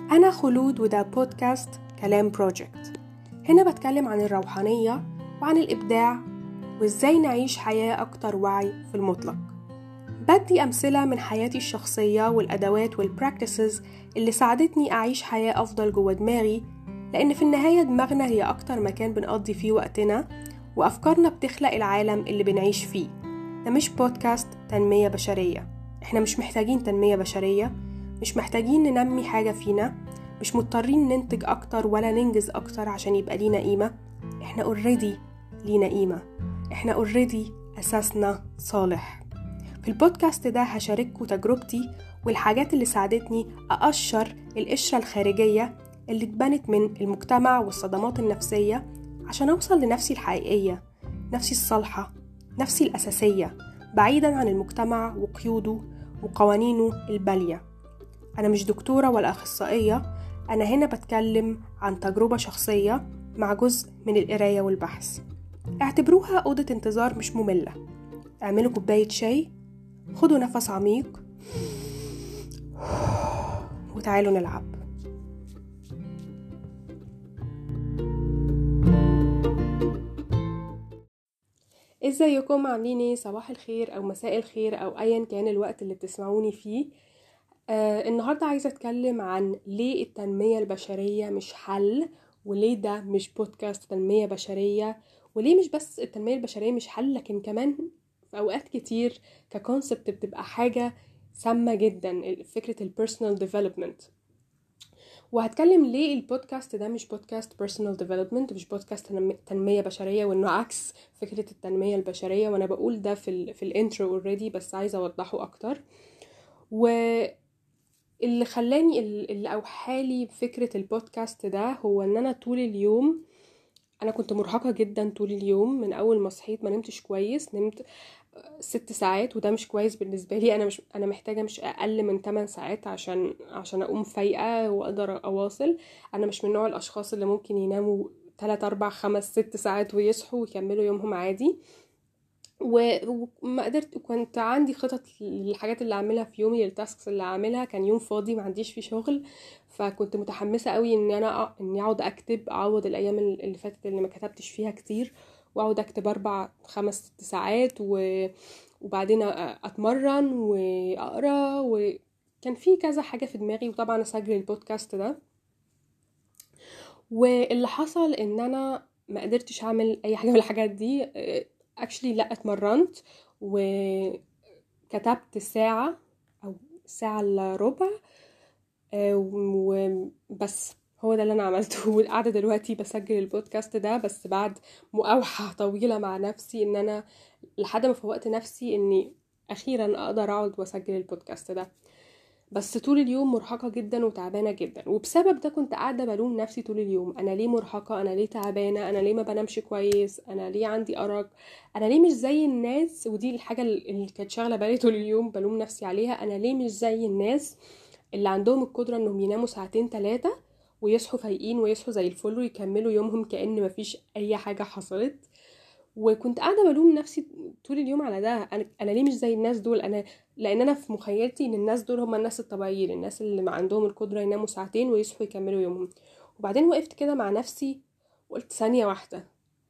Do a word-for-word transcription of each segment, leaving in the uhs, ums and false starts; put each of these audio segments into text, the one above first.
أنا خلود وده بودكاست كلام بروجكت. هنا بتكلم عن الروحانية وعن الإبداع وإزاي نعيش حياة أكتر وعي في المطلق. بدي أمثلة من حياتي الشخصية والأدوات والبراكتسز اللي ساعدتني أعيش حياة أفضل جوه دماغي، لأن في النهاية دماغنا هي أكتر مكان بنقضي فيه وقتنا، وأفكارنا بتخلق العالم اللي بنعيش فيه. ده مش بودكاست تنمية بشرية. إحنا مش محتاجين تنمية بشرية، مش محتاجين ننمي حاجة فينا، مش مضطرين ننتج أكتر ولا ننجز أكتر عشان يبقى لينا قيمة. إحنا already لينا قيمة، إحنا already أساسنا صالح. في البودكاست ده هشارككم تجربتي والحاجات اللي ساعدتني أقشر القشرة الخارجية اللي اتبنت من المجتمع والصدمات النفسية عشان أوصل لنفسي الحقيقية، نفسي الصالحة، نفسي الأساسية، بعيدا عن المجتمع وقيوده وقوانينه البالية. أنا مش دكتورة ولا أخصائية، أنا هنا بتكلم عن تجربة شخصية مع جزء من القراية والبحث. اعتبروها أوضة انتظار مش مملة. اعملوا كوباية شاي، خدوا نفس عميق، وتعالوا نلعب. ازيكم؟ عاملين ايه؟ صباح الخير او مساء الخير او ايا كان الوقت اللي بتسمعوني فيه. آه النهاردة عايزة اتكلم عن ليه التنمية البشرية مش حل، وليه ده مش بودكاست تنمية بشرية، وليه مش بس التنمية البشرية مش حل، لكن كمان في اوقات كتير ككونسبت بتبقى حاجة سامة جدا، فكرة البيرسونال ديفلوبمنت. وهتكلم ليه البودكاست ده مش بودكاست بيرسونال ديفلوبمنت، مش بودكاست تنمية بشرية، وانه عكس فكرة التنمية البشرية. وانا بقول ده في ال في الانترو اوريدي، بس عايزة اوضحه اكتر. واللي خلاني اللي اوحالي بفكرة البودكاست ده هو ان انا طول اليوم انا كنت مرهقة جدا طول اليوم. من اول ما صحيت ما نمتش كويس، نمت ست ساعات وده مش كويس بالنسبة لي. انا مش انا محتاجة مش اقل من ثماني ساعات عشان عشان اقوم فايقة واقدر اواصل. انا مش من نوع الاشخاص اللي ممكن يناموا ثلاثة أربعة خمسة ستة ساعات ويصحوا ويكملوا يومهم عادي. وما قدرت، كنت عندي خطط للحاجات اللي اعملها في يومي، للتاسكس اللي اعملها. كان يوم فاضي ما عنديش فيه شغل، فكنت متحمسه قوي ان انا اني اقعد اكتب، اعوض الايام اللي فاتت اللي ما كتبتش فيها كتير، واقعد اكتب اربع خمس ست ساعات و... وبعدين اتمرن واقرا، وكان في كذا حاجه في دماغي، وطبعا اسجل البودكاست ده. واللي حصل ان انا ما قدرتش اعمل اي حاجه من الحاجات دي. اكشلي لا، اتمرنت وكتبت ساعة او ساعة الا ربع وبس. هو ده اللي انا عملته. وقاعدة دلوقتي بسجل البودكاست ده، بس بعد مقاوحة طويلة مع نفسي، ان انا لحد ما فوقت نفسي اني اخيرا اقدر اقعد واسجل البودكاست ده. بس طول اليوم مرهقة جدا وتعبانة جدا، وبسبب ده كنت قاعدة بلوم نفسي طول اليوم. انا ليه مرهقة؟ انا ليه تعبانة؟ انا ليه ما بنامش كويس؟ انا ليه عندي ارق؟ انا ليه مش زي الناس؟ ودي الحاجة اللي كانت شاغلة بالي طول اليوم بلوم نفسي عليها. انا ليه مش زي الناس اللي عندهم القدرة انهم يناموا ساعتين ثلاثة ويصحوا فايقين ويصحوا زي الفل ويكملوا يومهم كأن مفيش اي حاجة حصلت؟ وكنت قاعده بلوم نفسي طول اليوم على ده. انا انا ليه مش زي الناس دول؟ انا لان انا في مخيلتي ان الناس دول هم الناس الطبيعيين، الناس اللي ما عندهم القدره يناموا ساعتين ويصحوا يكملوا يومهم. وبعدين وقفت كده مع نفسي وقلت ثانيه واحده،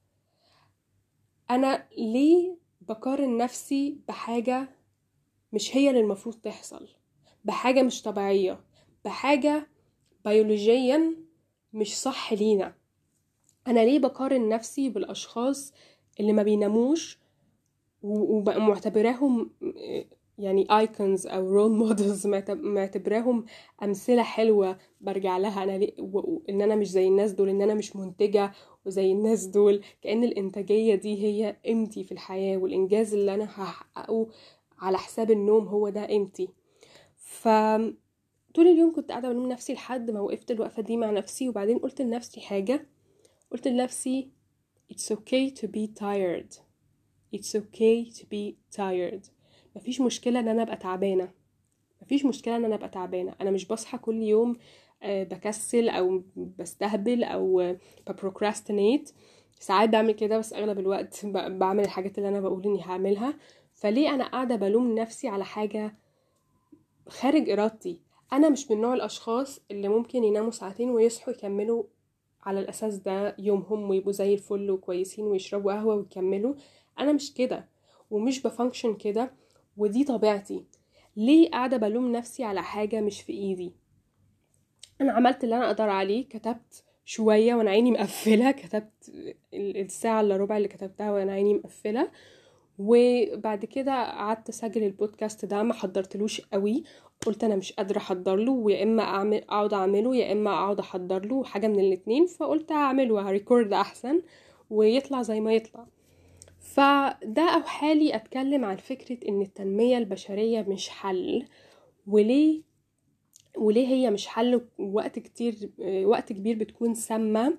انا ليه بقارن نفسي بحاجه مش هي اللي المفروض تحصل، بحاجه مش طبيعيه، بحاجه بيولوجيا مش صح لينا؟ انا ليه بقارن نفسي بالاشخاص اللي ما بيناموش ومعتبراهم يعني ايكونز او رول مودلز، معتبراهم امثله حلوه برجع لها؟ انا ليه و... ان انا مش زي الناس دول، ان انا مش منتجه وزي الناس دول، كأن الانتاجيه دي هي قيمتي في الحياه، والانجاز اللي انا هحققه على حساب النوم هو ده قيمتي. ف طول اليوم كنت قاعده بلوم نفسي لحد ما وقفت الوقفه دي مع نفسي. وبعدين قلت لنفسي حاجه، قلت لنفسي it's okay to be tired. It's okay to be tired. مفيش مشكلة ان انا ابقى تعبانة، مفيش مشكلة ان انا ابقى تعبانة. انا مش بصحى كل يوم بكسل او بستهبل او ببروكراستينيت. ساعات بعمل كده، بس اغلب الوقت بعمل الحاجات اللي انا بقول اني هعملها. فليه انا قاعدة بلوم نفسي على حاجة خارج ارادتي؟ انا مش من نوع الاشخاص اللي ممكن يناموا ساعتين ويصحوا يكملوا على الاساس ده يومهم ويبقوا زي الفل وكويسين ويشربوا قهوة ويكملوا. انا مش كده ومش بفانكشن كده، ودي طبيعتي. ليه قاعدة بلوم نفسي على حاجة مش في ايدي؟ انا عملت اللي انا اقدر عليه، كتبت شوية وانا عيني مقفلة، كتبت الساعة الا ربع اللي كتبتها وانا عيني مقفلة، وبعد كده قعدت اسجل البودكاست ده. ما حضرتلوش قوي، قلت انا مش قادره احضر له، ويا اما اعمل اقعد اعمله يا اما اقعد احضر له، حاجه من الاتنين. فقلت هعمله هريكورد احسن ويطلع زي ما يطلع. فده اوحالي اتكلم عن فكره ان التنميه البشريه مش حل، وليه وليه هي مش حل. وقت كتير وقت كبير بتكون سامه.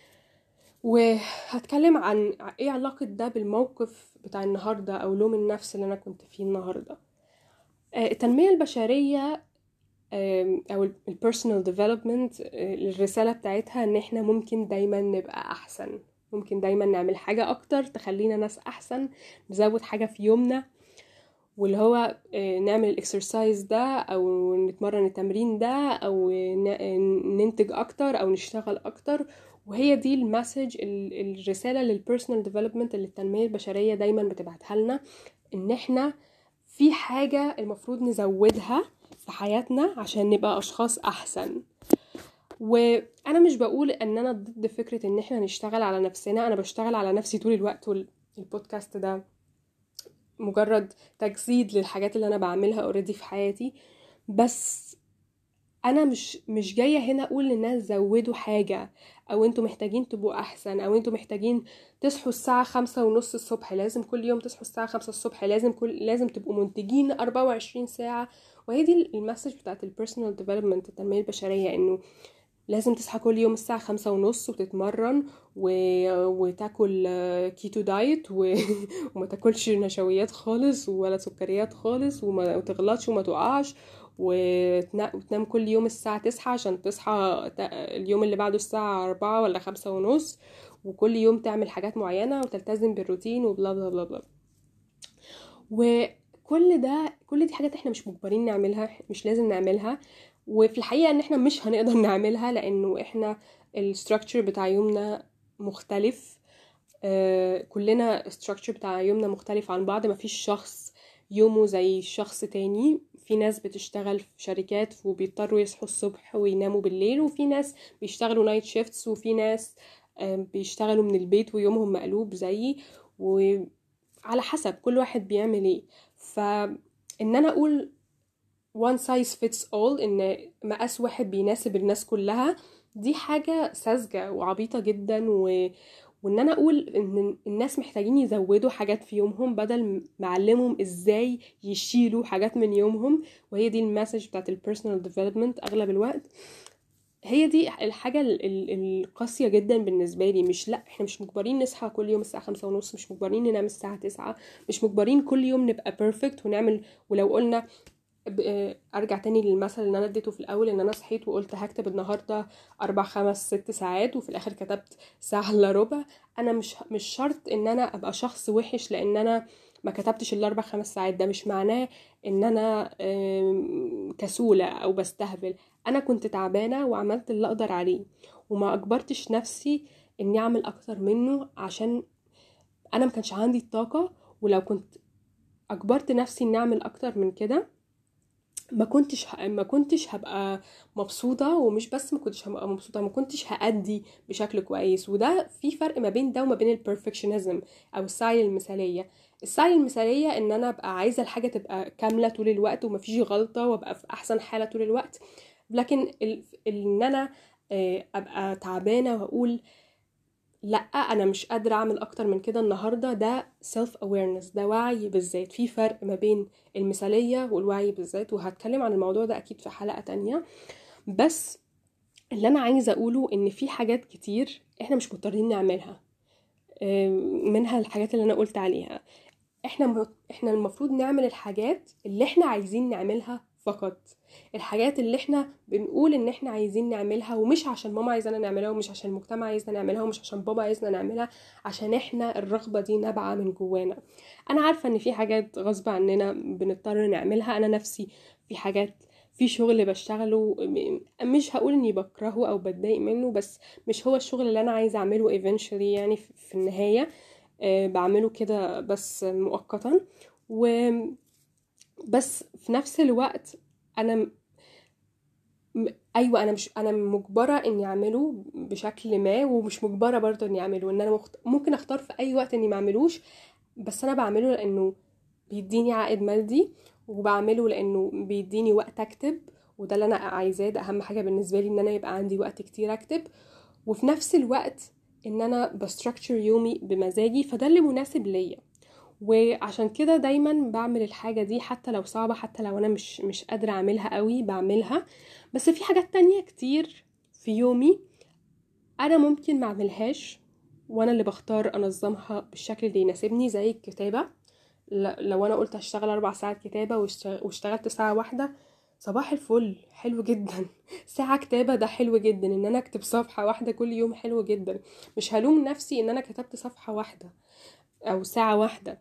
وهتكلم عن ايه علاقة ده بالموقف بتاع النهاردة او لوم النفس اللي انا كنت فيه النهاردة. التنمية البشرية او البيرسونال ديفلوبمنت، الرسالة بتاعتها ان احنا ممكن دايما نبقى احسن، ممكن دايما نعمل حاجة اكتر تخلينا ناس احسن، نزود حاجة في يومنا، واللي هو نعمل الاكسرسايز ده او نتمرن التمرين ده او ننتج اكتر او نشتغل اكتر. وهي دي المسج، الرسالة للبيرسونال ديفلوبمنت اللي التنمية البشرية دايما بتبعتها لنا، ان احنا في حاجة المفروض نزودها في حياتنا عشان نبقى اشخاص احسن. وانا مش بقول ان انا ضد فكرة ان احنا نشتغل على نفسنا، انا بشتغل على نفسي طول الوقت، والبودكاست ده مجرد تجسيد للحاجات اللي انا بعملها اوريدي في حياتي. بس انا مش مش جايه هنا اقول للناس زودوا حاجه، او انتوا محتاجين تبقوا احسن، او انتوا محتاجين تصحوا الساعه خمسة ونص الصبح، لازم كل يوم تصحوا الساعه خمسة الصبح، لازم كل لازم تبقوا منتجين أربعة وعشرين ساعه. وهي دي المسج بتاعت البيرسونال ديفلوبمنت، التنميه البشريه، انه لازم تصحى كل يوم الساعة خمسة ونص وتتمرن و... وتاكل كيتو دايت و... وما تاكلش نشويات خالص ولا سكريات خالص، وما تغلطش وما تقعش، وتنا... وتنام كل يوم الساعة تسعة عشان تصحى اليوم اللي بعده الساعة أربعة ولا خمسة ونص، وكل يوم تعمل حاجات معينة وتلتزم بالروتين وبلا بلا بلا بلا. وكل ده كل دي حاجات احنا مش مجبرين نعملها، مش لازم نعملها، وفي الحقيقة ان احنا مش هنقدر نعملها لانه احنا الستراكتشر بتاع يومنا مختلف. آه كلنا الستراكتشر بتاع يومنا مختلف عن بعض، مفيش شخص يومه زي شخص تاني. في ناس بتشتغل في شركات وبيضطروا يصحوا الصبح ويناموا بالليل، وفي ناس بيشتغلوا نايت شيفتس، وفي ناس آه بيشتغلوا من البيت ويومهم مقلوب زيي، وعلى حسب كل واحد بيعمل ايه. فان انا اقول one size fits all، ان مقاس واحد بيناسب الناس كلها، دي حاجة ساذجة وعبيطة جدا. و... وان انا اقول ان الناس محتاجين يزودوا حاجات في يومهم بدل ما اعلمهم ازاي يشيلوا حاجات من يومهم. وهي دي المسج بتاعت البيرسونال ديفلوبمنت اغلب الوقت. هي دي الحاجة القاسية جدا بالنسبة لي. مش لا احنا مش مجبرين نصحى كل يوم الساعة خمسة ونص، مش مجبرين ننام الساعة تسعة، مش مجبرين كل يوم نبقى بيرفكت ونعمل. ولو قلنا ارجع تاني للمثل اللي انا اديته في الاول، ان انا صحيت وقلت هكتب النهارده اربع خمس ست ساعات وفي الاخر كتبت ساعه الا ربع، انا مش مش شرط ان انا ابقى شخص وحش لان انا ما كتبتش الاربع خمس ساعات. ده مش معناه ان انا كسوله او بستهبل. انا كنت تعبانه وعملت اللي اقدر عليه، وما اجبرتش نفسي اني اعمل اكتر منه عشان انا ما كانش عندي الطاقه. ولو كنت اجبرت نفسي اني اعمل اكتر من كده ما كنتش ه... ما كنتش هبقى مبسوطة. ومش بس ما كنتش هبقى مبسوطة، ما كنتش هأدي بشكل كويس. وده في فرق ما بين ده وما بين البرفكشنزم او السعي المثالية. السعي المثالية ان انا ابقى عايزة الحاجة تبقى كاملة طول الوقت ومفيش غلطة وابقى في احسن حالة طول الوقت. لكن ال... ان انا ابقى تعبانة واقول لا انا مش قادره اعمل اكتر من كده النهارده، ده self awareness، ده وعي بالذات. في فرق ما بين المثاليه والوعي بالذات، وهتكلم عن الموضوع ده اكيد في حلقه تانية. بس اللي انا عايزه اقوله ان في حاجات كتير احنا مش مضطرين نعملها، منها الحاجات اللي انا قلت عليها. احنا م... احنا المفروض نعمل الحاجات اللي احنا عايزين نعملها فقط، الحاجات اللي احنا بنقول ان احنا عايزين نعملها، ومش عشان ماما عايزانا نعملها، ومش عشان المجتمع عايزنا نعملها، ومش عشان بابا عايزنا نعملها، عشان احنا الرغبة دي نابعة من جوانا. انا عارفة ان في حاجات غصب عننا بنضطر نعملها، انا نفسي في حاجات في شغل بشتغله مش هقول اني بكرهه او بتضايق منه، بس مش هو الشغل اللي انا عايزه اعمله eventually يعني في النهايه. أه بعمله كده بس مؤقتا، وبس في نفس الوقت انا م- ايوه انا مش انا مجبره اني اعمله بشكل ما، ومش مجبره برضه اني اعمله، ان انا مخت... ممكن اختار في اي وقت اني ما اعملوش، بس انا بعمله لانه بيديني عائد مادي، وبعمله لانه بيديني وقت اكتب، وده اللي انا عايزاه، ده اهم حاجه بالنسبه لي، ان انا يبقى عندي وقت كتير اكتب، وفي نفس الوقت ان انا بستراكشر يومي بمزاجي، فده اللي مناسب ليا. وعشان كده دايما بعمل الحاجة دي، حتى لو صعبة، حتى لو انا مش مش قادرة اعملها قوي بعملها. بس في حاجات تانية كتير في يومي انا ممكن ما اعملهاش، وانا اللي بختار انظمها بالشكل اللي يناسبني، زي الكتابة. ل- لو انا قلت هشتغل اربع ساعات كتابة واشت- واشتغلت ساعة واحدة، صباح الفل، حلو جدا. ساعة كتابة ده حلو جدا، ان انا اكتب صفحة واحدة كل يوم حلو جدا، مش هلوم نفسي ان انا كتبت صفحة واحدة او ساعة واحدة.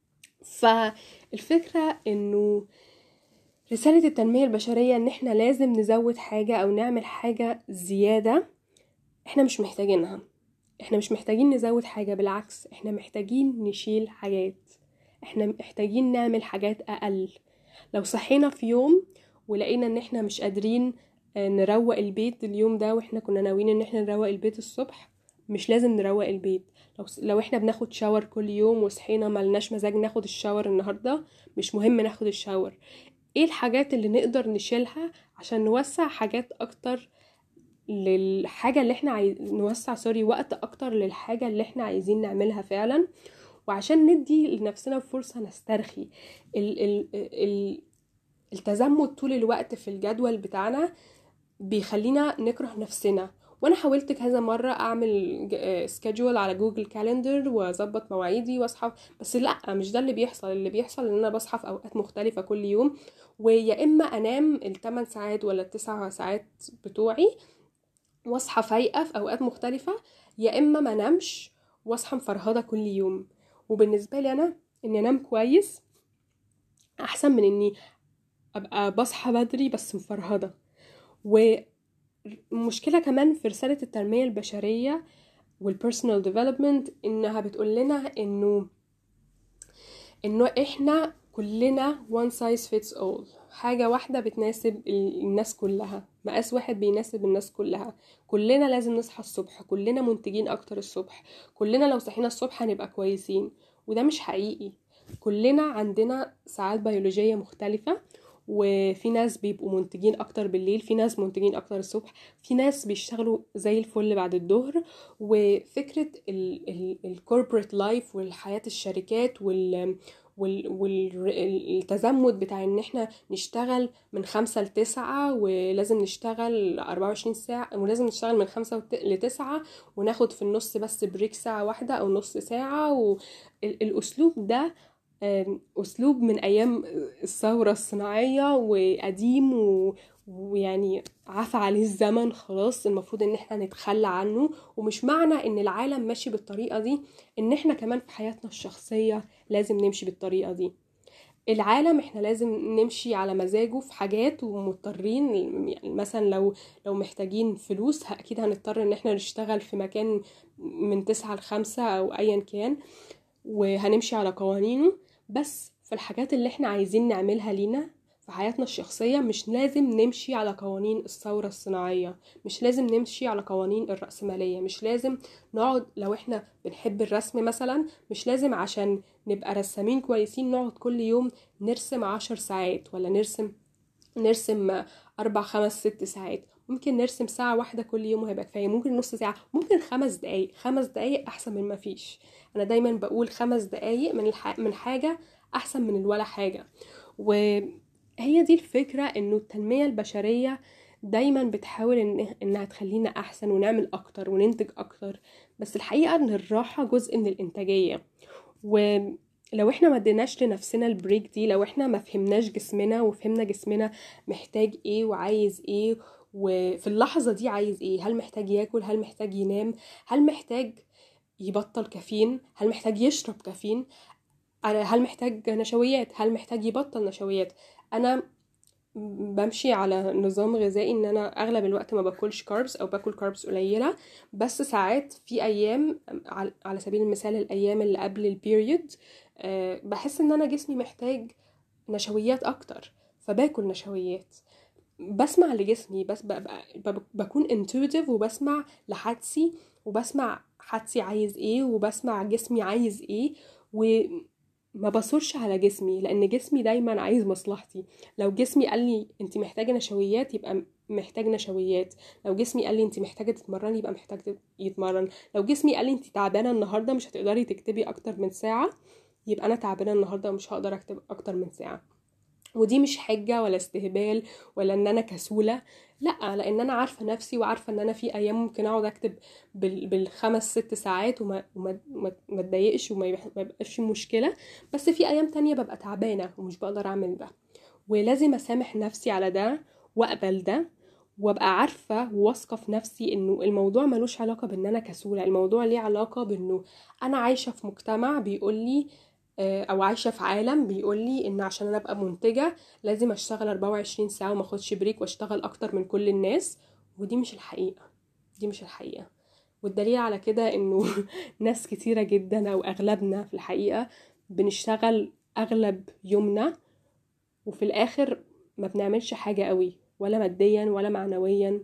فالفكرة انه رسالة التنمية البشرية ان احنا لازم نزود حاجة او نعمل حاجة زيادة احنا مش محتاجينها. احنا مش محتاجين نزود حاجة، بالعكس احنا محتاجين نشيل حاجات، احنا محتاجين نعمل حاجات اقل. لو صحينا في يوم ولقينا ان احنا مش قادرين آه، نروق البيت اليوم ده، واحنا كنا ناويين ان احنا نروق البيت الصبح، مش لازم نروق البيت. لو لو احنا بناخد شاور كل يوم وصحينا ملناش مزاج ناخد الشاور النهارده، مش مهم ناخد الشاور. ايه الحاجات اللي نقدر نشيلها عشان نوسع حاجات اكتر للحاجة اللي احنا عايز نوسع سوري وقت اكتر للحاجة اللي احنا عايزين نعملها فعلا، وعشان ندي لنفسنا فرصة نسترخي. ال ال ال التزمت طول الوقت في الجدول بتاعنا بيخلينا نكره نفسنا. وانا حاولت كذا مرة اعمل سكيدجول على جوجل كالندر واظبط مواعيدي واصحى، بس لا، مش ده اللي بيحصل. اللي بيحصل ان انا بصحى في اوقات مختلفة كل يوم، ويا اما انام الثمان ساعات ولا التسع ساعات بتوعي واصحى فايقة في اوقات مختلفة، يا اما ما نامش واصحى مفرهدة كل يوم. وبالنسبة لي انا اني انام كويس احسن من اني ابقى بصحى بدري بس مفرهدة. ومشكلة كمان في رسالة التنمية البشرية والبيرسونال ديفلوبمنت انها بتقول لنا انه انه احنا كلنا one size fits all، حاجة واحدة بتناسب الناس كلها، مقاس واحد بيناسب الناس كلها. كلنا لازم نصحى الصبح، كلنا منتجين اكتر الصبح، كلنا لو صحينا الصبح هنبقى كويسين، وده مش حقيقي. كلنا عندنا ساعات بيولوجية مختلفة، وفي ناس بيبقوا منتجين اكتر بالليل، في ناس منتجين اكتر الصبح، في ناس بيشتغلوا زي الفل بعد الظهر. وفكرة الكوربريت لايف والحياة الشركات وال والتزمت بتاع ان احنا نشتغل من خمسة لتسعة، ولازم نشتغل اربعة وعشرين ساعة، ولازم نشتغل من خمسة لتسعة، وناخد في النص بس بريك ساعة واحدة او نص ساعة. والاسلوب ده اسلوب من ايام الثورة الصناعية وقديم، و... ويعني عفى عليه الزمن خلاص، المفروض ان احنا نتخلى عنه. ومش معنى ان العالم ماشي بالطريقة دي ان احنا كمان في حياتنا الشخصية لازم نمشي بالطريقة دي. العالم احنا لازم نمشي على مزاجه في حاجات، ومضطرين يعني مثلا لو لو محتاجين فلوس اكيد هنضطر ان احنا نشتغل في مكان من تسعة لخمسة او ايا كان، وهنمشي على قوانينه. بس في الحاجات اللي احنا عايزين نعملها لينا في حياتنا الشخصية مش لازم نمشي على قوانين الثورة الصناعية، مش لازم نمشي على قوانين الرأسمالية، مش لازم نقعد لو احنا بنحب الرسم مثلا، مش لازم عشان نبقى رسامين كويسين نقعد كل يوم نرسم عشر ساعات، ولا نرسم نرسم أربع خمس ست ساعات. ممكن نرسم ساعة واحدة كل يوم وهيبقى كفاية، ممكن نص ساعة، ممكن خمس دقايق. خمس دقايق أحسن من ما فيش. أنا دايما بقول خمس دقايق من الح... من حاجة أحسن من الولا حاجة. وهي دي الفكرة، إنه التنمية البشرية دايما بتحاول إن... إنها تخلينا أحسن ونعمل أكتر وننتج أكتر، بس الحقيقة إن الراحة جزء من الإنتاجية. ولو احنا ما اديناش لنفسنا البريك دي، لو احنا ما فهمناش جسمنا وفهمنا جسمنا محتاج ايه وعايز ايه، وفي اللحظة دي عايز ايه، هل محتاج ياكل، هل محتاج ينام، هل محتاج يبطل كافيين، هل محتاج يشرب كافيين، هل محتاج نشويات، هل محتاج يبطل نشويات. انا بمشي على نظام غذائي ان انا اغلب الوقت ما باكلش كاربس او باكل كاربس قليله، بس ساعات في ايام على على سبيل المثال الايام اللي قبل البيريود أه بحس ان انا جسمي محتاج نشويات اكتر فباكل نشويات. بسمع لجسمي، بس ببقى بكون intuitive وبسمع لحدسي وبسمع حدسي عايز ايه وبسمع جسمي عايز ايه، وما بصرش على جسمي لان جسمي دايما عايز مصلحتي. لو جسمي قال لي انت محتاجه نشويات يبقى محتاج نشويات، لو جسمي قال لي انت محتاجه تتمرني يبقى محتاج يتمرن، لو جسمي قال لي انت تعبانه النهارده مش هتقدري تكتبي اكتر من ساعه يبقى انا تعبانه النهارده ومش هقدر اكتب اكتر من ساعه. ودي مش حجة ولا استهبال ولا ان انا كسولة، لا، لان انا عارفة نفسي وعارفة ان انا في ايام ممكن اقعد اكتب بالخمس ست ساعات وما وما ما اتضايقش وما يبقاش مشكلة، بس في ايام تانية ببقى تعبانة ومش بقدر اعمل ده، ولازم اسامح نفسي على ده واقبل ده، وابقى عارفة وواثقة في نفسي انه الموضوع ملوش علاقة بان انا كسولة، الموضوع ليه علاقة بانه انا عايشة في مجتمع بيقولي او عايشه في عالم بيقولي ان عشان انا ابقى منتجه لازم اشتغل أربعة وعشرين ساعه وما اخدش بريك واشتغل اكتر من كل الناس، ودي مش الحقيقه، دي مش الحقيقه. والدليل على كده انه ناس كتيره جدا او اغلبنا في الحقيقه بنشتغل اغلب يومنا وفي الاخر ما بنعملش حاجه قوي ولا ماديا ولا معنويا.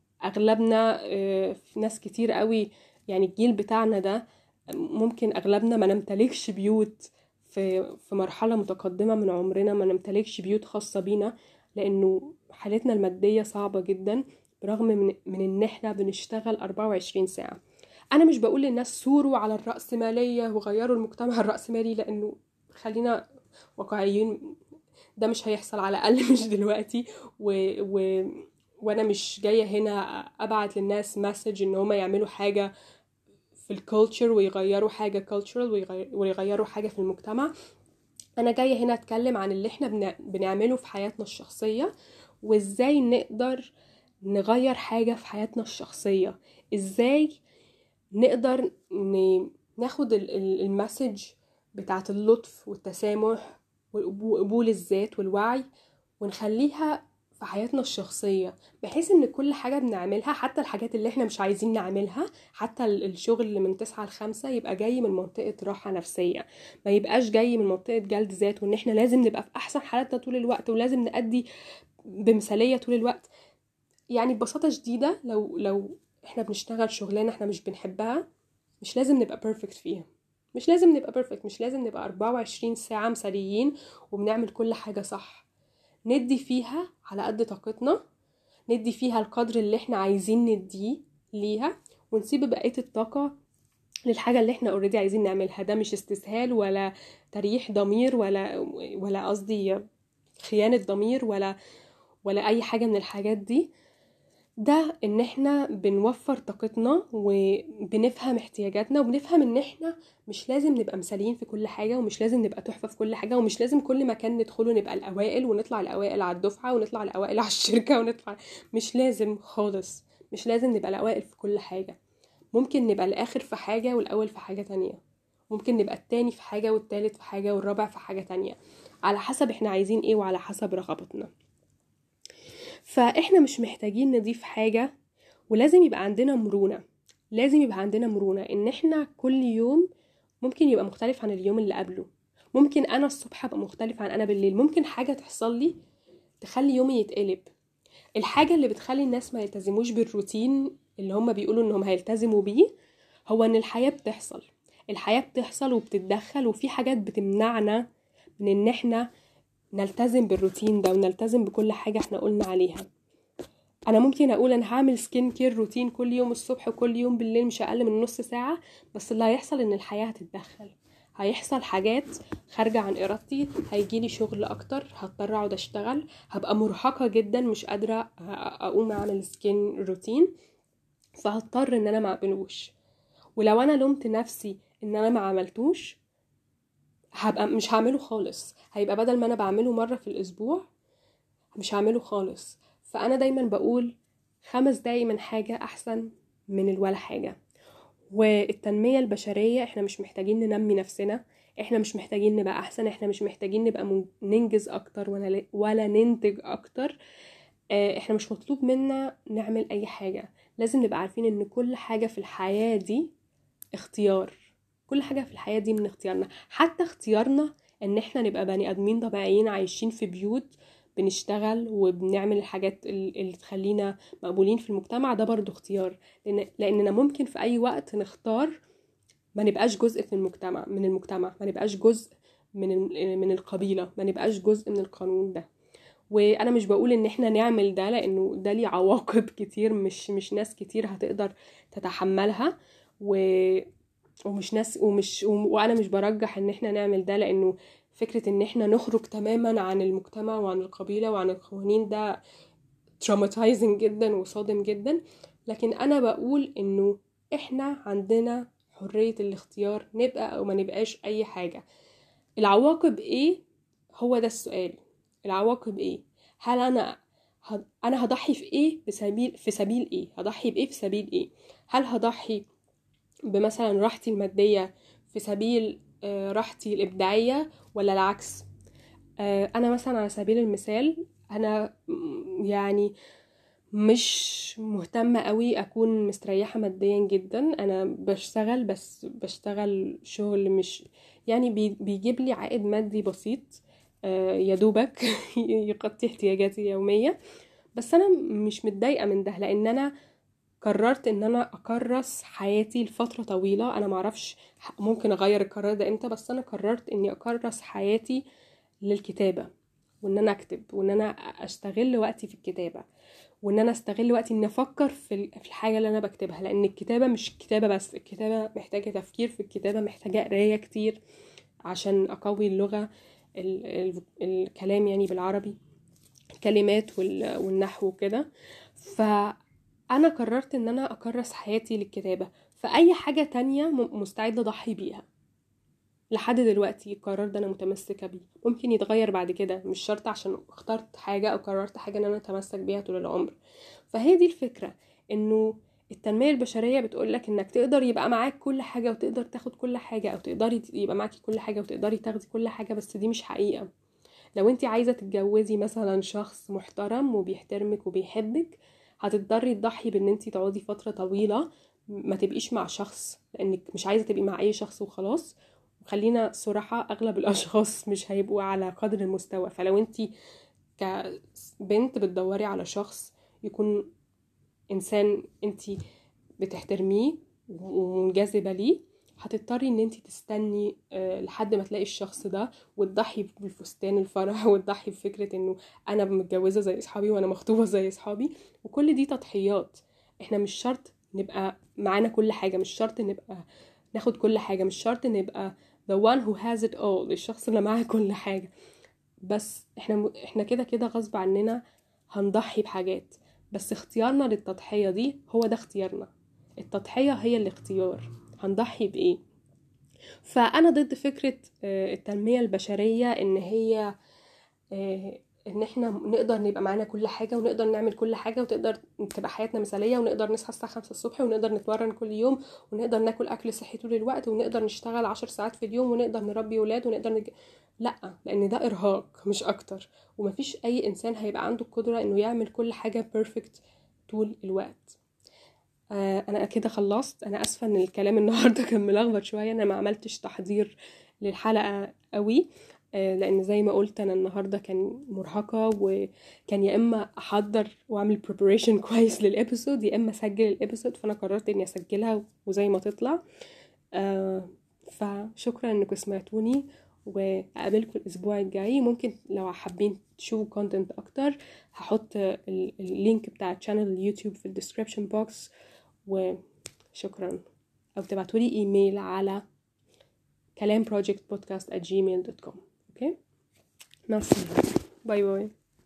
اغلبنا في ناس كتير قوي، يعني الجيل بتاعنا ده ممكن اغلبنا ما نمتلكش بيوت في في مرحله متقدمه من عمرنا، ما نمتلكش بيوت خاصه بينا لانه حالتنا الماديه صعبه جدا برغم من, من ان احنا بنشتغل أربعة وعشرين ساعه. انا مش بقول للناس ثوروا على الرأسماليه وغيروا المجتمع الرأسمالي لانه خلينا واقعيين ده مش هيحصل على الاقل مش دلوقتي، و, و وانا مش جايه هنا ابعت للناس مسج ان هما يعملوا حاجه في الكولتشر ويغيروا حاجه كولتشرال ويغيروا حاجه في المجتمع. انا جايه هنا اتكلم عن اللي احنا بنعمله في حياتنا الشخصيه وازاي نقدر نغير حاجه في حياتنا الشخصيه، ازاي نقدر ناخد المسج بتاعت اللطف والتسامح وقبول الذات والوعي ونخليها في حياتنا الشخصية، بحيث ان كل حاجة بنعملها حتى الحاجات اللي احنا مش عايزين نعملها، حتى الشغل اللي من تسعة لخمسة يبقى جاي من منطقة راحة نفسية، ما يبقاش جاي من منطقة جلد ذات وان احنا لازم نبقى في احسن حالاتنا طول الوقت ولازم نأدي بمثالية طول الوقت. يعني ببساطة شديدة لو لو احنا بنشتغل شغلانة احنا مش بنحبها مش لازم نبقى بيرفكت فيها، مش لازم نبقى بيرفكت، مش لازم نبقى أربعة وعشرين ساعة مثاليين وبنعمل كل حاجة صح. ندي فيها على قد طاقتنا، ندي فيها القدر اللي احنا عايزين نديه ليها ونسيب بقية الطاقة للحاجة اللي احنا اوريدي عايزين نعملها. ده مش استسهال ولا تريح ضمير ولا ولا قصدي خيانة ضمير ولا ولا اي حاجة من الحاجات دي، ده ان احنا بنوفر طاقتنا وبنفهم احتياجاتنا وبنفهم ان احنا مش لازم نبقى مثاليين في كل حاجة ومش لازم نبقى تحفة في كل حاجة ومش لازم كل مكان ندخله نبقى الاوائل ونطلع الاوائل على الدفعة ونطلع الاوائل على الشركة ونطلع، مش لازم خالص، مش لازم نبقى الاوائل في كل حاجة. ممكن نبقى الاخر في حاجة والاول في حاجة تانية، ممكن نبقى التاني في حاجة والتالت في حاجة والرابع في حاجة تانية، على حسب احنا عايزين ايه وعلى حسب رغبتنا. فاحنا مش محتاجين نضيف حاجة، ولازم يبقى عندنا مرونة، لازم يبقى عندنا مرونة ان احنا كل يوم ممكن يبقى مختلف عن اليوم اللي قبله، ممكن انا الصبح ابقى مختلف عن انا بالليل، ممكن حاجة تحصل لي تخلي يومي يتقلب. الحاجة اللي بتخلي الناس ما يلتزموش بالروتين اللي هم بيقولوا انهم هيلتزموا بيه هو ان الحياة بتحصل، الحياة بتحصل وبتتدخل وفي حاجات بتمنعنا من ان احنا نلتزم بالروتين ده ونلتزم بكل حاجة احنا قلنا عليها. انا ممكن اقول انا هعمل سكين كير روتين كل يوم الصبح وكل يوم بالليل مش اقل من نص ساعة، بس اللي هيحصل ان الحياة هتتدخل، هيحصل حاجات خارجة عن ارادتي، هيجيلي شغل اكتر، هضطر اقعد اشتغل، هبقى مرهقة جدا مش قادرة اقوم اعمل سكين روتين، فهضطر ان انا ما اعملوش. ولو انا لومت نفسي ان انا ما عملتوش هبقى مش هعمله خالص، هيبقى بدل ما انا بعمله مرة في الاسبوع مش هعمله خالص. فانا دايما بقول خمس دقايق من حاجة احسن من الولا حاجة. والتنمية البشرية احنا مش محتاجين ننمي نفسنا، احنا مش محتاجين نبقى احسن، احنا مش محتاجين نبقى ننجز اكتر ولا ولا ننتج اكتر. احنا مش مطلوب منا نعمل اي حاجة. لازم نبقى عارفين ان كل حاجة في الحياة دي اختيار. كل حاجة في الحياة دي من اختيارنا. حتى اختيارنا ان احنا نبقى بني ادمين طبيعيين عايشين في بيوت بنشتغل وبنعمل الحاجات اللي تخلينا مقبولين في المجتمع، ده برضو اختيار. لأن لاننا ممكن في اي وقت نختار ما نبقاش جزء في المجتمع من المجتمع ما نبقاش جزء من من القبيلة، ما نبقاش جزء من القانون ده. وانا مش بقول ان احنا نعمل ده لانه ده ليه عواقب كتير، مش مش ناس كتير هتقدر تتحملها، و ومش ناس ومش وانا مش برجح ان احنا نعمل ده، لانه فكرة ان احنا نخرج تماما عن المجتمع وعن القبيلة وعن القوانين ده traumatizing جدا وصادم جدا. لكن انا بقول انه احنا عندنا حرية الاختيار نبقى او ما نبقاش اي حاجة. العواقب ايه؟ هو ده السؤال. العواقب ايه؟ هل انا هد... انا هضحي في ايه بسبيل في سبيل ايه؟ هضحي بايه في سبيل ايه؟ هل هضحي بمثلا راحتي المادية في سبيل آه راحتي الابداعية، ولا العكس؟ آه انا مثلا على سبيل المثال انا يعني مش مهتمة قوي اكون مستريحة ماديا جدا. انا بشتغل بس بشتغل شغل مش يعني بي بيجيب لي عائد مادي بسيط آه يدوبك يغطي احتياجاتي اليومية. بس انا مش متضايقة من ده، لان انا قررت ان انا اكرس حياتي لفترة طويلة. انا معرفش ممكن اغير القرار ده امتى، بس انا قررت اني اكرس حياتي للكتابة، وان انا اكتب، وان انا اشتغل وقتي في الكتابة، وان انا استغل وقتي ان افكر في الحاجة اللي انا بكتبها. لان الكتابة مش كتابة بس، الكتابة محتاجة تفكير، في الكتابة محتاجة قراية كتير عشان اقوي اللغة ال ال الكلام يعني بالعربي، الكلمات والنحو وكده. فانا قررت ان انا اكرس حياتي للكتابة. فاي حاجة تانية مستعدة اضحي بيها. لحد دلوقتي القرار ده انا متمسكة بيه. ممكن يتغير بعد كده، مش شرط عشان اخترت حاجة او قررت حاجة ان انا اتمسك بيها طول العمر. فهي دي الفكرة، انه التنمية البشرية بتقولك انك تقدر يبقى معاك كل حاجة وتقدر تاخد كل حاجة، او تقدري يبقى معاكي كل حاجة وتقدري تاخدي كل حاجة، بس دي مش حقيقة. لو انتي عايزة تتجوزي مثلا شخص محترم وبيحترمك وبيحبك، هتضطري تضحي بان انتي تقعدي فترة طويلة ما تبقيش مع شخص، لانك مش عايزة تبقي مع اي شخص وخلاص. وخلينا صراحة اغلب الاشخاص مش هيبقوا على قدر المستوى. فلو انتي كبنت بتدوري على شخص يكون انسان انتي بتحترميه ومنجذبة ليه، هتضطري ان انتي تستني أه لحد ما تلاقي الشخص ده، وتضحي بالفستان الفرح، وتضحي بفكرة انه انا متجوزة زي اصحابي وانا مخطوبة زي اصحابي. وكل دي تضحيات. احنا مش شرط نبقى معانا كل حاجة، مش شرط نبقى ناخد كل حاجة، مش شرط نبقى the one who has it all، الشخص اللي معاه كل حاجة. بس احنا احنا كده كده غصب عننا هنضحي بحاجات. بس اختيارنا للتضحية دي هو ده اختيارنا. التضحية هي الاختيار، هنضحي بإيه. فأنا ضد فكرة التنمية البشرية إن هي إن إحنا نقدر نبقى معانا كل حاجة ونقدر نعمل كل حاجة وتقدر تبقى حياتنا مثالية ونقدر نصحى الساعة خمسة الصبح ونقدر نتمرن كل يوم ونقدر ناكل أكل صحي طول الوقت ونقدر نشتغل عشر ساعات في اليوم ونقدر نربي ولاد ونقدر نج... لا، لأن ده إرهاق مش أكتر. ومفيش أي إنسان هيبقى عنده القدرة إنه يعمل كل حاجة بيرفكت طول الوقت. آه أنا كده خلصت. أنا أسفة إن الكلام النهاردة كان ملخبط شوية، أنا ما عملتش تحضير للحلقة قوي، آه لأن زي ما قلت أنا النهاردة كان مرهقة، وكان يا إما أحضر وأعمل preparation كويس للإبسود يا إما أسجل الإبسود. فأنا قررت إني أسجلها وزي ما تطلع. آه فشكرا إنكم سمعتوني، وأقابلكم الأسبوع الجاي. ممكن لو حابين تشوفوا كونتنت أكتر هحط اللينك بتاع channel اليوتيوب في الديسكريبشن بوكس. وشكرا. أو تبعتولي إيميل على كلام project podcast at gmail dot com. أوكي؟ مع السلامة. باي باي.